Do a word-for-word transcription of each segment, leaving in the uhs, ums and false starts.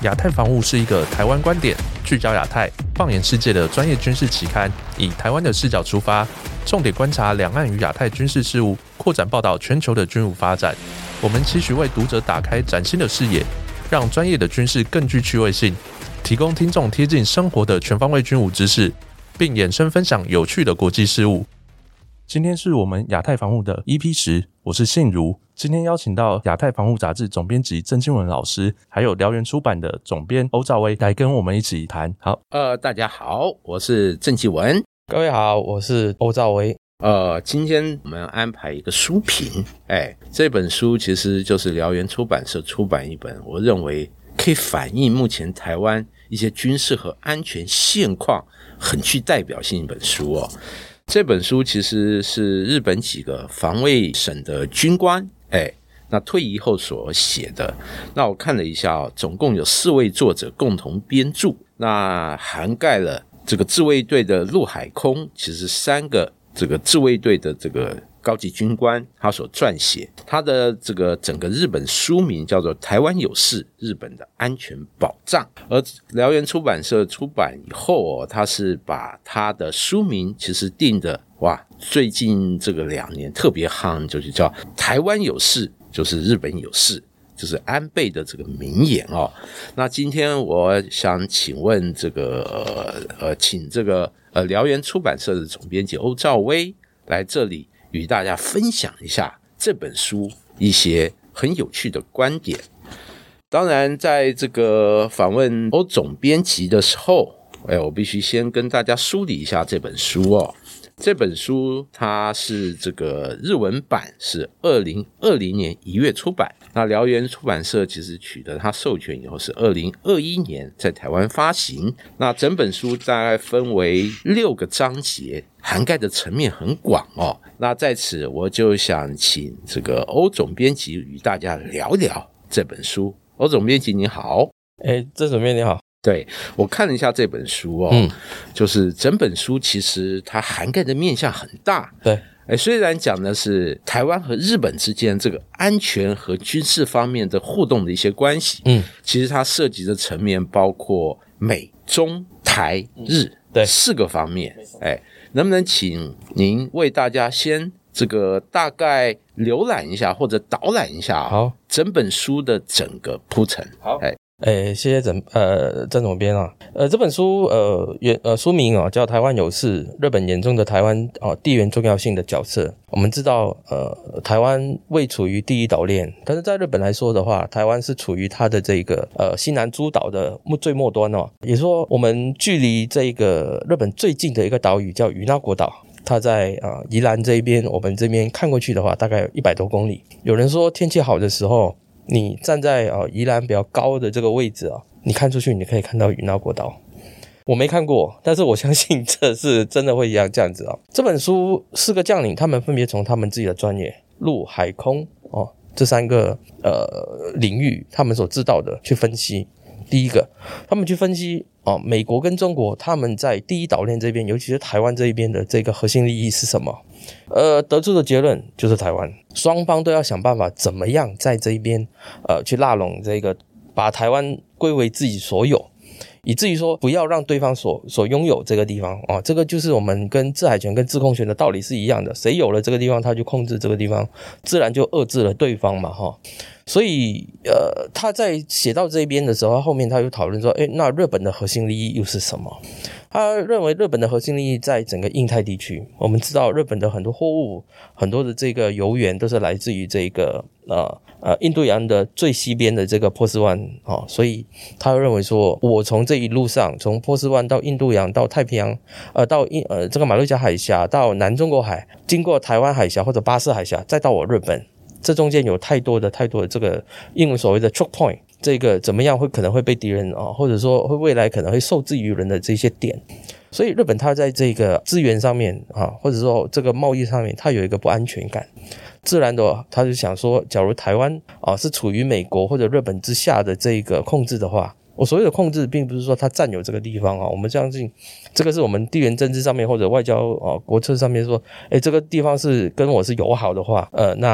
亚太防务是一个台湾观点、聚焦亚太、放眼世界的专业军事期刊，以台湾的视角出发，重点观察两岸与亚太军事事务，扩展报道全球的军武发展。我们期许为读者打开崭新的视野，让专业的军事更具趣味性，提供听众贴近生活的全方位军武知识，并衍生分享有趣的国际事务。今天是我们亚太防务的 E P 十，我是信如。今天邀请到亚太防务杂志总编辑郑经文老师，还有燎原出版的总编欧兆威来跟我们一起谈。好， 呃，大家好，我是郑继文。 各位好，我是欧兆威。 呃，今天我们安排一个书评，哎，这本书其实就是燎原出版社出版一本，我认为可以反映目前台湾一些军事和安全现况很具代表性一本书哦。这本书其实是日本几个防卫省的军官，哎，那退役后所写的。那我看了一下哦，总共有四位作者共同编著，那涵盖了这个自卫队的陆海空，其实三个这个自卫队的这个高级军官他所撰写，他的这个整个日本书名叫做《台湾有事：日本的安全保障》，而燎原出版社出版以后哦，他是把他的书名其实定的哇，最近这个两年特别夯，就是叫《台湾有事就是日本有事》，就是安倍的这个名言哦。那今天我想请问这个呃呃，请这个呃燎原出版社的总编辑欧兆威来这里与大家分享一下这本书一些很有趣的观点。当然在这个访问欧总编辑的时候，哎，我必须先跟大家梳理一下这本书哦。这本书它是这个日文版是二零二零年一月出版，那燎原出版社其实取得它授权以后是二零二一年在台湾发行。那整本书大概分为六个章节，涵盖的层面很广哦。那在此我就想请这个欧总编辑与大家聊聊这本书。欧总编辑你好。 诶，郑总编你好。 对，我看了一下这本书哦，嗯，就是整本书其实它涵盖的面向很大。 对， 诶，虽然讲的是台湾和日本之间这个安全和军事方面的互动的一些关系，嗯，其实它涉及的层面包括美、中、台、日，对，四个方面。诶，能不能请您为大家先这个大概浏览一下或者导览一下，哦， 好， 整本书的整个铺陈。 好，诶诶，谢谢郑呃郑总编啊。呃，这本书呃原呃书名啊叫《台湾有事：日本眼中的台湾啊地缘重要性的角色》。我们知道呃台湾位处于第一岛链，但是在日本来说的话，台湾是处于它的这个呃西南诸岛的最末端哦。也说我们距离这个日本最近的一个岛屿叫与那国岛。它在啊、呃、宜兰这一边，我们这边看过去的话，大概有一百多公里。有人说天气好的时候，你站在啊、呃、宜兰比较高的这个位置啊，你看出去你可以看到与那国岛。我没看过，但是我相信这是真的会一样这样子啊。这本书四个将领，他们分别从他们自己的专业陆海空哦这三个呃领域，他们所知道的去分析。第一个，他们去分析哦，美国跟中国他们在第一岛链这边，尤其是台湾这一边的这个核心利益是什么？呃，得出的结论就是台湾，双方都要想办法怎么样在这一边呃去拉拢这个，把台湾归为自己所有，以至于说不要让对方所所拥有这个地方哦。这个就是我们跟制海权跟制空权的道理是一样的，谁有了这个地方，他就控制这个地方，自然就遏制了对方嘛哈。所以呃，他在写到这边的时候，后面他又讨论说，诶，那日本的核心利益又是什么？他认为日本的核心利益在整个印太地区。我们知道日本的很多货物，很多的这个油源都是来自于这个呃呃印度洋的最西边的这个波斯湾哦，所以他认为说，我从这一路上，从波斯湾到印度洋到太平洋，呃到印呃这个马六甲海峡到南中国海，经过台湾海峡或者巴士海峡，再到我日本。这中间有太多的太多的这个英文所谓的 choke point， 这个怎么样会可能会被敌人啊，或者说会未来可能会受制于人的这些点。所以日本它在这个资源上面啊，或者说这个贸易上面，它有一个不安全感。自然的，他就想说，假如台湾啊是处于美国或者日本之下的这个控制的话，我所谓的控制并不是说他占有这个地方啊，我们相信这个是我们地缘政治上面或者外交啊国策上面说，诶，这个地方是跟我是友好的话，呃，那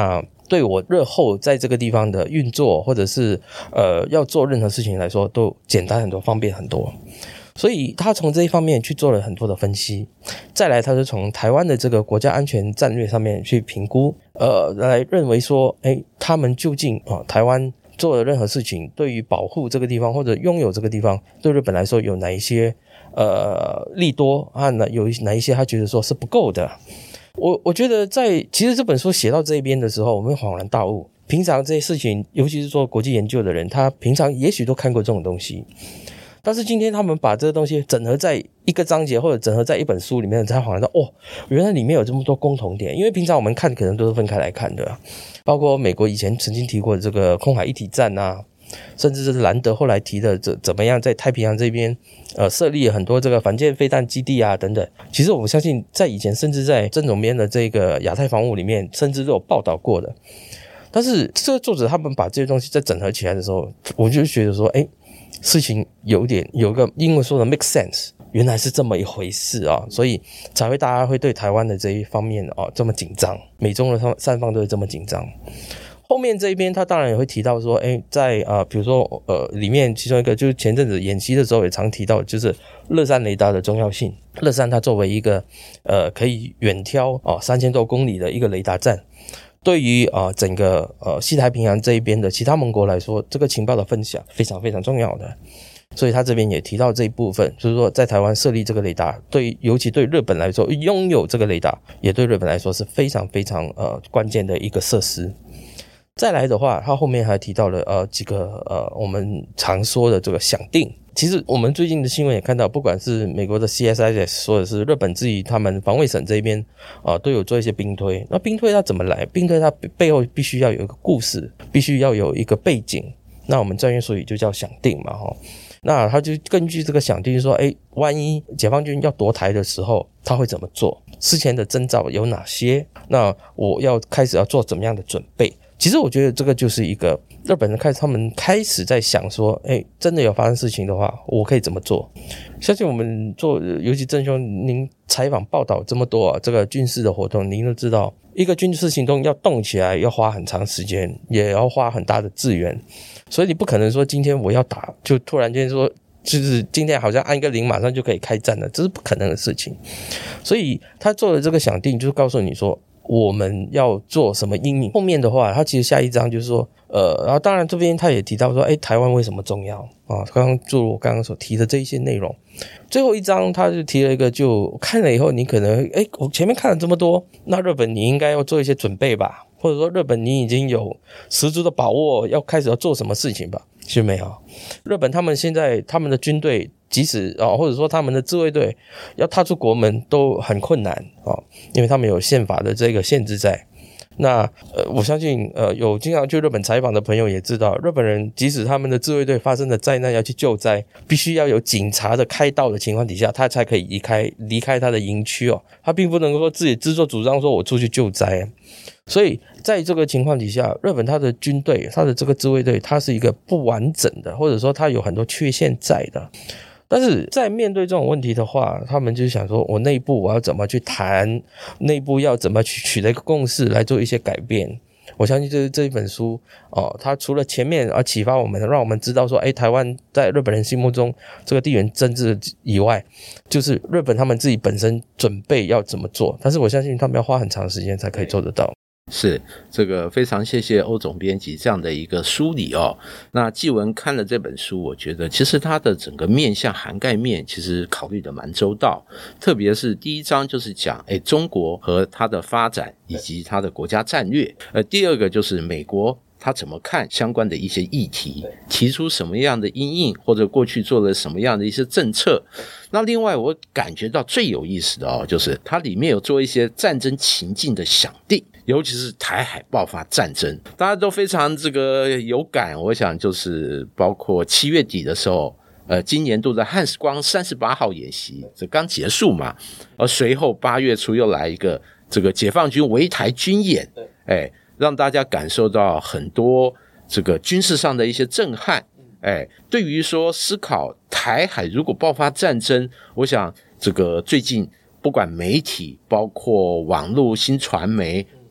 对我日后在这个地方的运作，或者是呃要做任何事情来说，都简单很多，方便很多。所以他从这一方面去做了很多的分析，再来他就从台湾的这个国家安全战略上面去评估，呃，来认为说，诶，他们究竟啊、呃，台湾做的任何事情，对于保护这个地方或者拥有这个地方，对日本来说有哪一些呃利多啊？哪有哪一些他觉得说是不够的？我我觉得在其实这本书写到这边的时候，我们恍然大悟，平常这些事情，尤其是做国际研究的人，他平常也许都看过这种东西。但是今天他们把这个东西整合在一个章节或者整合在一本书里面，才恍然到哦，原来里面有这么多共同点。因为平常我们看可能都是分开来看的，包括美国以前曾经提过的这个空海一体战啊，甚至是兰德后来提的怎怎么样在太平洋这边呃设立了很多这个反舰飞弹基地啊等等。其实我们相信在以前甚至在郑总编的这个亚太防务里面甚至都有报道过的。但是这个作者他们把这些东西再整合起来的时候，我就觉得说诶事情有点有个英文说的 make sense， 原来是这么一回事啊，所以才会大家会对台湾的这一方面啊这么紧张，美中的三方都会这么紧张。后面这一边他当然也会提到说，诶在啊、呃、比如说呃里面其中一个就是前阵子演习的时候也常提到，就是乐山雷达的重要性。乐山它作为一个呃可以远眺啊三千多公里的一个雷达站，对于啊、呃、整个呃西太平洋这一边的其他盟国来说，这个情报的分享非常非常重要的。所以他这边也提到这一部分，就是说在台湾设立这个雷达，对尤其对日本来说，拥有这个雷达也对日本来说是非常非常呃关键的一个设施。再来的话，他后面还提到了呃几个呃我们常说的这个响定。其实我们最近的新闻也看到，不管是美国的 C S I S 或者是日本自己他们防卫省这边啊、呃，都有做一些兵推。那兵推它怎么来？兵推它背后必须要有一个故事，必须要有一个背景。那我们专业术语就叫响定嘛，哈。那他就根据这个响定说，诶，万一解放军要夺台的时候，他会怎么做？事前的征兆有哪些？那我要开始要做怎么样的准备？其实我觉得这个就是一个日本人开始他们开始在想说，诶，真的有发生事情的话，我可以怎么做？相信我们做，尤其郑兄您采访报道这么多啊，这个军事的活动，您都知道，一个军事行动要动起来，要花很长时间，也要花很大的资源，所以你不可能说今天我要打，就突然间说，就是今天好像按一个铃马上就可以开战了，这是不可能的事情。所以他做的这个响定，就是告诉你说，我们要做什么因应。后面的话，他其实下一章就是说，呃，然后当然这边他也提到说，哎，台湾为什么重要啊？刚刚就我刚刚所提的这一些内容。最后一章他就提了一个，就看了以后，你可能，哎，我前面看了这么多，那日本你应该要做一些准备吧，或者说日本你已经有十足的把握要开始要做什么事情吧？是没有？日本他们现在他们的军队，即使啊、哦，或者说他们的自卫队要踏出国门都很困难啊、哦，因为他们有宪法的这个限制在。那呃，我相信呃，有经常去日本采访的朋友也知道，日本人即使他们的自卫队发生的灾难要去救灾，必须要有警察的开道的情况底下，他才可以离开离开他的营区哦，他并不能够说自己自作主张说我出去救灾。所以在这个情况底下，日本他的军队，他的这个自卫队，它是一个不完整的，或者说它有很多缺陷在的。但是在面对这种问题的话，他们就想说，我内部我要怎么去谈，内部要怎么去取得一个共识来做一些改变。我相信这这一本书哦，它除了前面而启发我们，让我们知道说，哎，台湾在日本人心目中这个地缘政治以外，就是日本他们自己本身准备要怎么做。但是我相信他们要花很长时间才可以做得到。 是，这个非常谢谢欧总编辑这样的一个梳理哦。那纪文看了这本书，我觉得其实它的整个面向涵盖面其实考虑的蛮周到，特别是第一章就是讲诶中国和它的发展以及它的国家战略，呃，第二个就是美国他怎么看相关的一些议题，提出什么样的因应，或者过去做了什么样的一些政策。那另外我感觉到最有意思的哦，就是它里面有做一些战争情境的想定，尤其是台海爆发战争，大家都非常这个有感。我想就是包括七月底的时候，呃，今年度的汉时光三十八号演习，这刚结束嘛，而随后八月初又来一个这个解放军围台军演，哎，让大家感受到很多这个军事上的一些震撼。哎，对于说思考台海如果爆发战争，我想这个最近不管媒体包括网络新传媒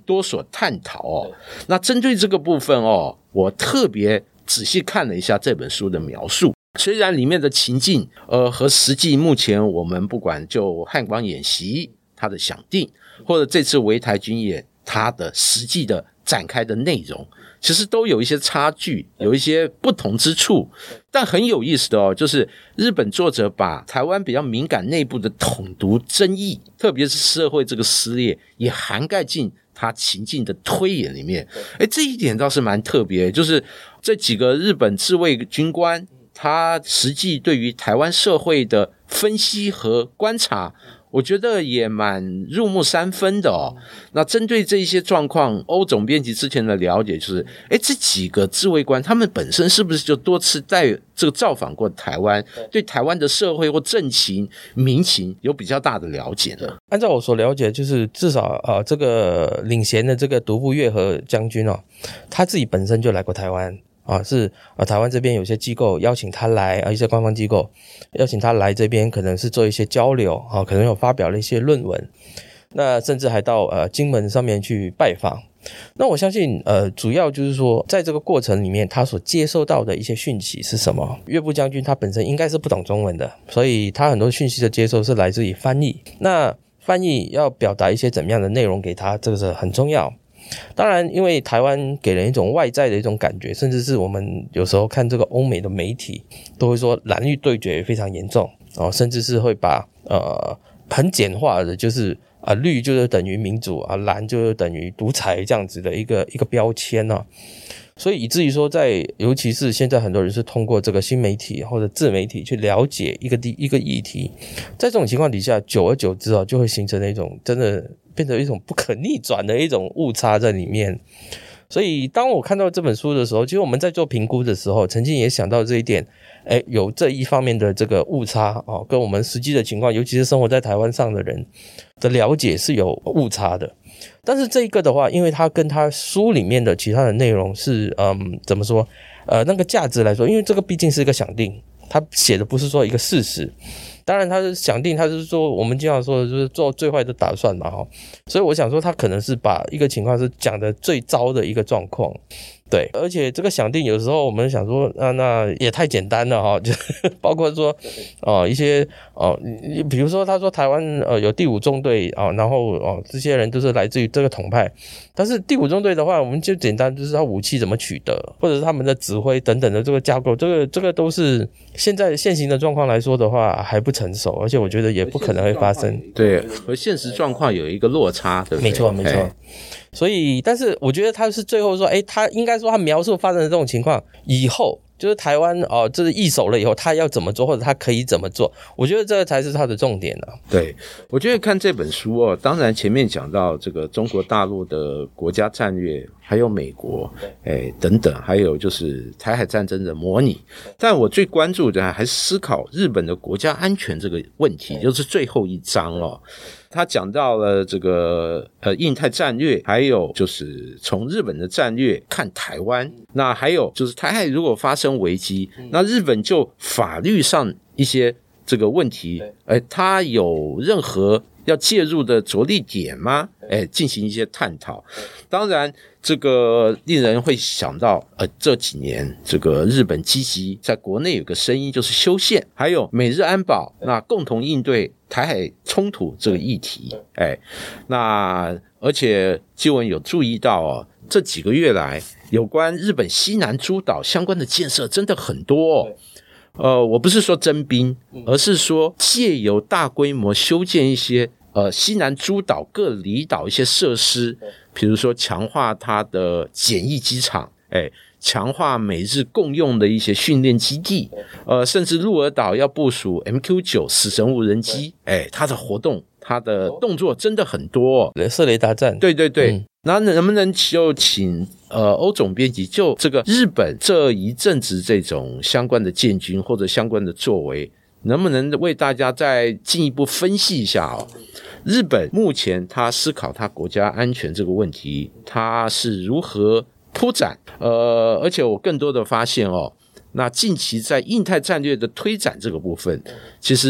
多所探讨哦。那针对这个部分哦，我特别仔细看了一下这本书的描述。虽然里面的情境呃和实际目前我们不管就汉光演习它的想定，或者这次围台军演它的实际的展开的内容，其实都有一些差距，有一些不同之处。但很有意思的哦，就是日本作者把台湾比较敏感内部的统独争议，特别是社会这个撕裂，也涵盖进他情境的推演里面。诶，这一点倒是蛮特别，就是这几个日本自卫军官他实际对于台湾社会的分析和观察，我觉得也蛮入木三分的哦。那针对这一些状况，欧总编辑之前的了解就是，诶，这几个自卫官他们本身是不是就多次在这个造访过台湾，对台湾的社会或政情民情有比较大的了解呢？ 按照我所了解，就是至少呃，这个领衔的这个独步岳和将军哦，他自己本身就来过台湾。啊，是啊，台湾这边有些机构邀请他来啊，一些官方机构邀请他来这边，可能是做一些交流啊，可能有发表了一些论文，那甚至还到呃金门上面去拜访。那我相信呃，主要就是说，在这个过程里面，他所接受到的一些讯息是什么？岳部将军他本身应该是不懂中文的，所以他很多讯息的接受是来自于翻译。那翻译要表达一些怎么样的内容给他，这个是很重要。当然因为台湾给人一种外在的一种感觉，甚至是我们有时候看这个欧美的媒体都会说蓝绿对决非常严重、哦、甚至是会把呃很简化的就是啊绿就是等于民主啊蓝就是等于独裁这样子的一个一个标签啊，所以以至于说在尤其是现在很多人是通过这个新媒体或者自媒体去了解一个一个议题，在这种情况底下久而久之啊就会形成一种真的变成一种不可逆转的一种误差在里面。所以当我看到这本书的时候，其实我们在做评估的时候曾经也想到这一点，诶有这一方面的这个误差、哦、跟我们实际的情况尤其是生活在台湾上的人的了解是有误差的。但是这一个的话，因为它跟它书里面的其他的内容是嗯怎么说呃那个价值来说，因为这个毕竟是一个想定，它写的不是说一个事实，当然他是想定，他是说我们经常说的就是做最坏的打算嘛，所以我想说他可能是把一个情况是讲的最糟的一个状况。对，而且这个想定有时候我们想说啊，那也太简单了哈，就包括说哦、呃、一些哦、呃，比如说他说台湾呃有第五纵队啊、呃，然后哦、呃、这些人都是来自于这个统派，但是第五纵队的话，我们就简单就是他武器怎么取得，或者是他们的指挥等等的这个架构，这个这个都是现在现行的状况来说的话还不成熟，而且我觉得也不可能会发生。 对，和现实状况有一个落差，对不对？ 没错，没错。所以但是我觉得他是最后说诶他应该说他描述发生的这种情况以后，就是台湾哦，这是易手了以后他要怎么做，或者他可以怎么做，我觉得这个才是他的重点啊。 对，我觉得看这本书哦，当然前面讲到这个中国大陆的国家战略，还有美国哎等等，还有就是台海战争的模拟，但我最关注的还是思考日本的国家安全这个问题，就是最后一章哦。他讲到了这个呃印太战略，还有就是从日本的战略看台湾，那还有就是台海如果发生危机，那日本就法律上一些这个问题，哎，他有任何要介入的着力点吗？哎，进行一些探讨。当然这个令人会想到呃这几年这个日本积极在国内有个声音就是修宪，还有美日安保，那共同应对台海冲突这个议题。哎，那而且基文有注意到哦，这几个月来有关日本西南诸岛相关的建设真的很多哦。呃，我不是说征兵，而是说借由大规模修建一些呃西南诸岛各离岛一些设施，比如说强化它的简易机场，哎，强化美日共用的一些训练基地，呃，甚至鹿儿岛要部署 M Q 九 死神无人机，哎，它的活动它的动作真的很多、哦、 射雷达站。 对对对、嗯、那能不能就请呃欧总编辑就这个日本这一阵子这种相关的建军或者相关的作为，能不能为大家再进一步分析一下哦？日本目前他思考他国家安全这个问题，他是如何铺展？呃，而且我更多的发现哦，那近期在印太战略的推展这个部分，其实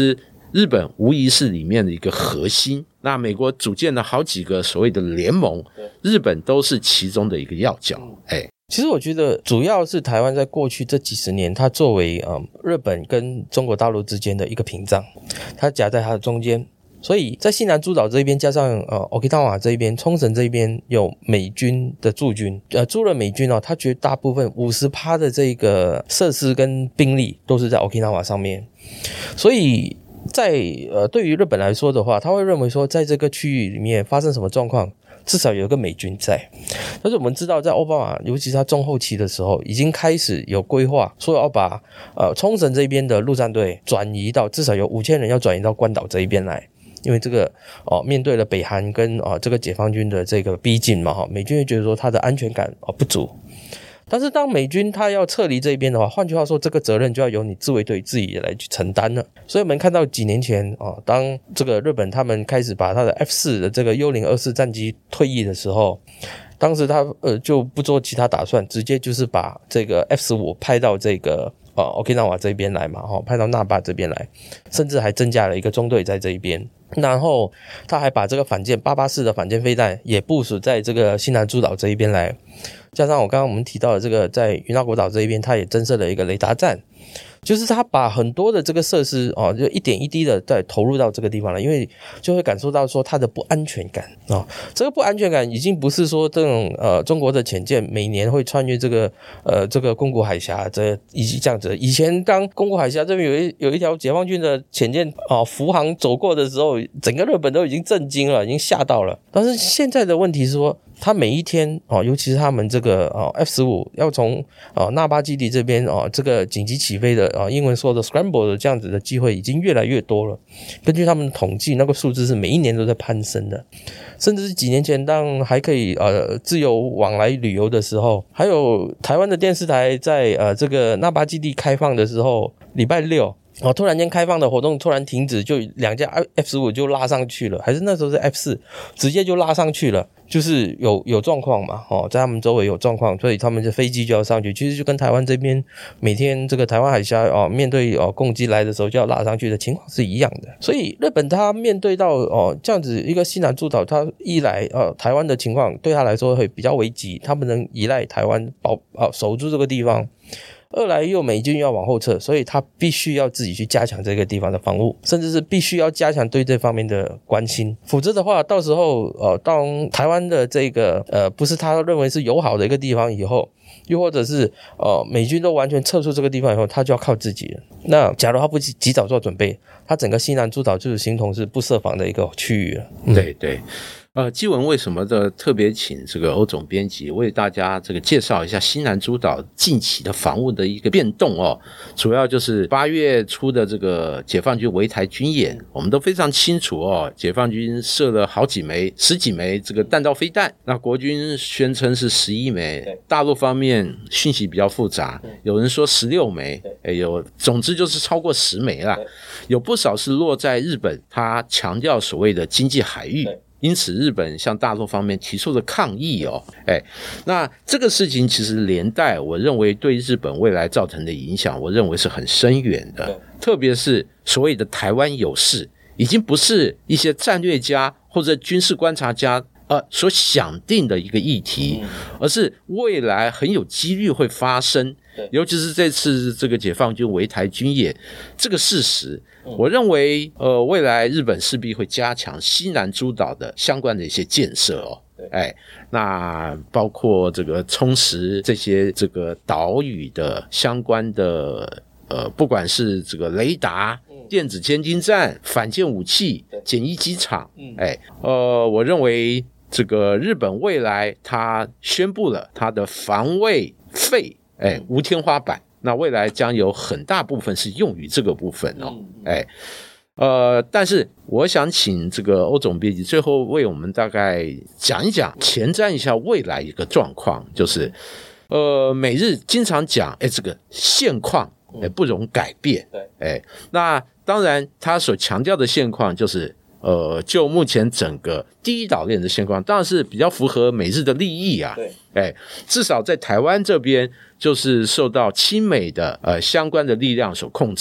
日本无疑是里面的一个核心。那美国组建了好几个所谓的联盟，日本都是其中的一个要角。哎， 其实我觉得主要是台湾在过去这几十年，它作为嗯日本跟中国大陆之间的一个屏障，它夹在它的中间。所以在西南诸岛这一边，加上呃 Okinawa 这一边，冲绳这一边有美军的驻军，呃驻了美军哦，它绝大部分 百分之五十 的这个设施跟兵力都是在 Okinawa 上面。所以在呃对于日本来说的话，他会认为说在这个区域里面发生什么状况，至少有一个美军在。但是我们知道在奥巴马尤其是他中后期的时候，已经开始有规划说要把呃冲绳这边的陆战队转移到，至少有五千人要转移到关岛这一边来。因为这个哦，面对了北韩跟哦这个解放军的这个逼近嘛，哈，美军会觉得说他的安全感哦不足。但是当美军他要撤离这边的话，换句话说，这个责任就要由你自卫队自己来去承担了。所以我们看到几年前哦，当这个日本他们开始把他的 F 四 的这个幽灵二四战机退役的时候，当时他呃就不做其他打算，直接就是把这个 F 十五 派到这个呃 Okinawa 这边来嘛，哦，派到那霸这边来，甚至还增加了一个中队在这一边。然后他还把这个反舰八八四的反舰飞弹也部署在这个西南诸岛这一边来，加上我刚刚我们提到的这个在与那国岛这一边，他也增设了一个雷达站，就是他把很多的这个设施哦，就一点一滴的在投入到这个地方了，因为就会感受到说他的不安全感哦，这个不安全感已经不是说这种呃中国的潜舰每年会穿越这个呃这个宫古海峡这以及这样子。以前当宫古海峡这边有一有一条解放军的潜舰啊浮航走过的时候，整个日本都已经震惊了，已经吓到了。但是现在的问题是说，他每一天哦，尤其是他们这个哦 F 十五 要从哦那霸基地这边哦这个紧急起飞的哦英文说的 scramble 的这样子的机会已经越来越多了。根据他们的统计，那个数字是每一年都在攀升的。甚至是几年前当还可以呃自由往来旅游的时候，还有台湾的电视台在呃这个那霸基地开放的时候，礼拜六哦，突然间开放的活动突然停止，就两架 F 十五 就拉上去了，还是那时候是 F 四 直接就拉上去了，就是有有状况嘛，哦，在他们周围有状况，所以他们的飞机就要上去，其实就跟台湾这边每天这个台湾海峡哦面对哦攻击来的时候就要拉上去的情况是一样的。所以日本他面对到哦这样子一个西南诸岛，他一来呃台湾的情况对他来说会比较危急，他们能依赖台湾保啊守住这个地方。二来又美军要往后撤，所以他必须要自己去加强这个地方的防务，甚至是必须要加强对这方面的关心。否则的话，到时候呃，当台湾的这个呃不是他认为是友好的一个地方以后，又或者是呃美军都完全撤出这个地方以后，他就要靠自己了。那假如他不及及早做准备，他整个西南诸岛就是形同是不设防的一个区域了。 嗯、对对。呃，基文为什么的特别请这个欧总编辑为大家这个介绍一下西南诸岛近期的防务的一个变动哦，主要就是八月初的这个解放军围台军演，我们都非常清楚哦，解放军射了好几枚、十几枚这个弹道飞弹，那国军宣称是十一枚，大陆方面讯息比较复杂，有人说十六枚，哎有，总之就是超过十枚啦，有不少是落在日本，他强调所谓的经济海域。因此日本向大陆方面提出了抗议哦，哎，那这个事情其实连带我认为对日本未来造成的影响，我认为是很深远的，特别是所谓的台湾有事，已经不是一些战略家或者军事观察家呃所想定的一个议题，而是未来很有几率会发生，尤其是这次这个解放军围台军演这个事实，我认为呃未来日本势必会加强西南诸岛的相关的一些建设哦，哎，那包括这个充实这些这个岛屿的相关的呃不管是这个雷达、电子监听站、反舰武器、简易机场，哎，呃我认为这个日本未来他宣布了他的防卫费哎无天花板，那未来将有很大部分是用于这个部分哦，哎，呃，但是我想请这个欧总编辑最后为我们大概讲一讲，前瞻一下未来一个状况，就是呃，美日经常讲，哎，这个现况哎不容改变，哎，那当然他所强调的现况就是。呃，就目前整个第一岛链的现况，当然是比较符合美日的利益啊。对，哎，至少在台湾这边，就是受到亲美的呃相关的力量所控制。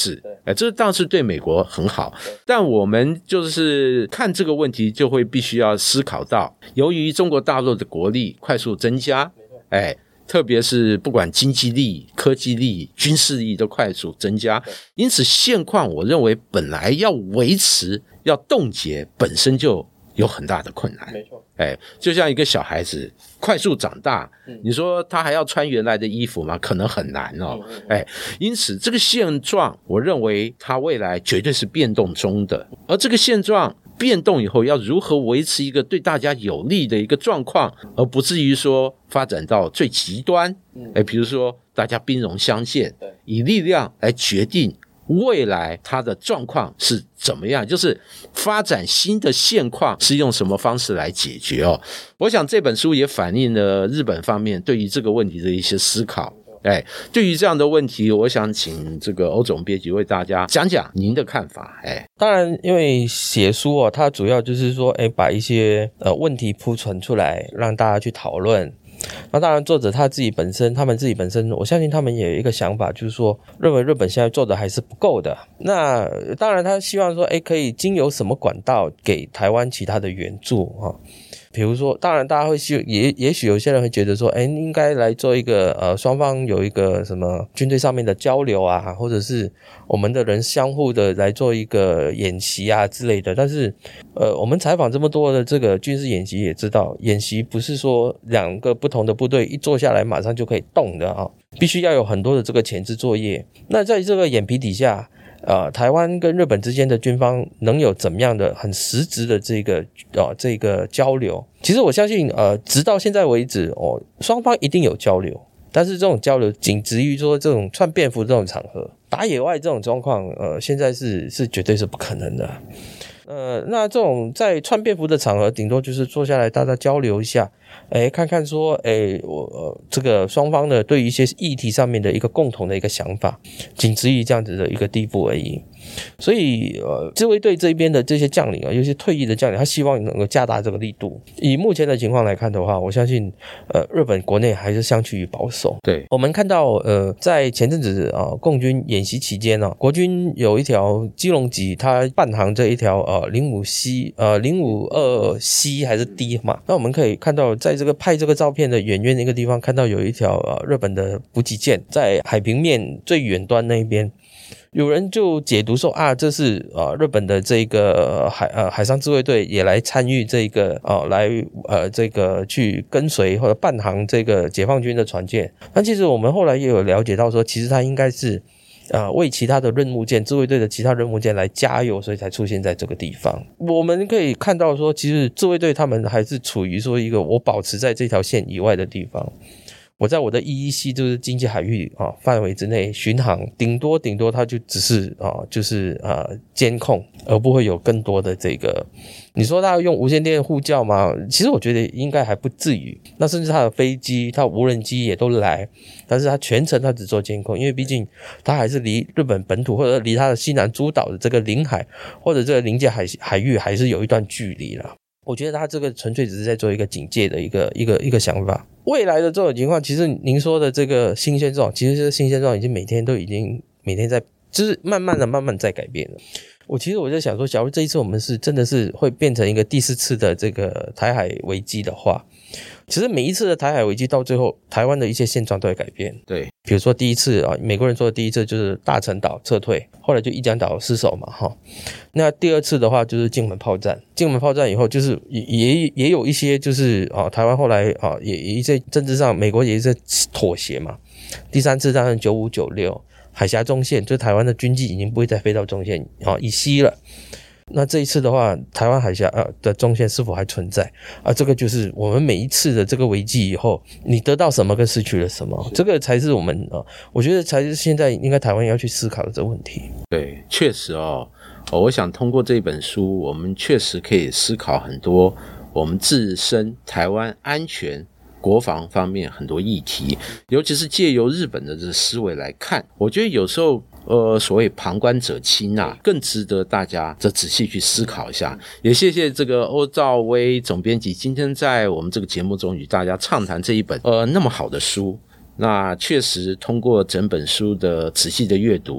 哎，这当然是对美国很好，但我们就是看这个问题就会必须要思考到，由于中国大陆的国力快速增加，哎，特别是不管经济力、科技力、军事力都快速增加，因此现况我认为本来要维持、要冻结本身就有很大的困难。 没错， 哎，就像一个小孩子快速长大，嗯、你说他还要穿原来的衣服吗？可能很难哦。嗯嗯哎，因此这个现状，我认为它未来绝对是变动中的，而这个现状变动以后，要如何维持一个对大家有利的一个状况，而不至于说发展到最极端。哎，比如说大家兵戎相见，以力量来决定未来它的状况是怎么样，就是发展新的现况是用什么方式来解决哦。我想这本书也反映了日本方面对于这个问题的一些思考。哎，对于这样的问题，我想请这个欧总编辑为大家讲讲您的看法。哎， 当然，因为写书啊，它主要就是说，哎，把一些呃问题铺陈出来，让大家去讨论。那当然，作者他自己本身，他们自己本身，我相信他们也有一个想法，就是说，认为日本现在做的还是不够的。那当然，他希望说，哎，可以经由什么管道给台湾其他的援助哈。比如说，当然大家会希也也许有些人会觉得说，哎，应该来做一个呃双方有一个什么军队上面的交流啊，或者是我们的人相互的来做一个演习啊之类的。但是呃我们采访这么多的这个军事演习也知道，演习不是说两个不同的部队一坐下来马上就可以动的啊，必须要有很多的这个前置作业。那在这个眼皮底下，呃，台湾跟日本之间的军方能有怎么样的很实质的这个呃这个交流？其实我相信，呃，直到现在为止，哦，双方一定有交流，但是这种交流仅止于说这种穿便服这种场合，打野外这种状况，呃，现在是是绝对是不可能的。呃，那这种在穿便服的场合，顶多就是坐下来大家交流一下，哎，看看说，哎，我、呃、这个双方的对于一些议题上面的一个共同的一个想法，仅止于这样子的一个地步而已。所以，呃，自卫队这边的这些将领啊，有些退役的将领，他希望能够加大这个力度。以目前的情况来看的话，我相信，呃，日本国内还是相趋于保守。 对， 我们看到，呃，在前阵子啊、呃，共军演习期间呢、啊，国军有一条基隆级，它伴航这一条呃零五 C 呃零五二 C 还是 D 嘛？那我们可以看到，在这个拍这个照片的远远的一个地方，看到有一条呃日本的补给舰在海平面最远端那一边。有人就解读说啊，这是呃日本的这个海呃海上自卫队也来参与这个呃来呃这个去跟随或者伴航这个解放军的船舰。但其实我们后来也有了解到说，其实它应该是呃为其他的任务舰自卫队的其他任务舰来加油，所以才出现在这个地方。我们可以看到说，其实自卫队他们还是处于说一个我保持在这条线以外的地方。我在我的 E E C 就是经济海域啊范围之内巡航，顶多顶多它就只是啊就是啊监控，而不会有更多的这个。你说它用无线电呼叫吗？其实我觉得应该还不至于。那甚至它的飞机、它无人机也都来，但是它全程它只做监控，因为毕竟它还是离日本本土或者离它的西南诸岛的这个领海或者这个临界海海域还是有一段距离啦。我觉得他这个纯粹只是在做一个警戒的一个一个一个想法。未来的这种情况，其实您说的这个新现状，其实这个新现状已经每天都已经每天在，就是慢慢的慢慢在改变了。我其实我在想说，假如这一次我们是真的是会变成一个第四次的这个台海危机的话，其实每一次的台海危机到最后，台湾的一些现状都会改变。 对， 比如说第一次啊，美国人说的第一次就是大陈岛撤退，后来就一江岛失守嘛，哈。那第二次的话就是金门炮战，金门炮战以后就是也也也有一些就是啊，台湾后来啊也一些政治上美国也是妥协嘛。第三次当然九五九六海峡中线，就台湾的军机已经不会再飞到中线啊以西了。那这一次的话，台湾海峡呃的中线是否还存在啊？这个就是我们每一次的这个危机以后，你得到什么跟失去了什么，这个才是我们啊，我觉得才是现在应该台湾要去思考的这个问题。 对，确实哦，哦，我想通过这本书，我们确实可以思考很多我们自身台湾安全国防方面很多议题，尤其是借由日本的这个思维来看，我觉得有时候呃，所谓旁观者清啊，更值得大家这仔细去思考一下。也谢谢这个欧兆威总编辑今天在我们这个节目中与大家畅谈这一本呃那么好的书。那确实通过整本书的仔细的阅读，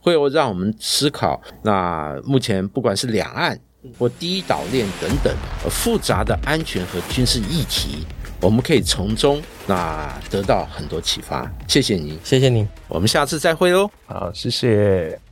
会有让我们思考，那目前不管是两岸或第一岛链等等复杂的安全和军事议题，我们可以从中那得到很多启发。谢谢您， 谢谢您， 我们下次再会喽。 好，谢谢。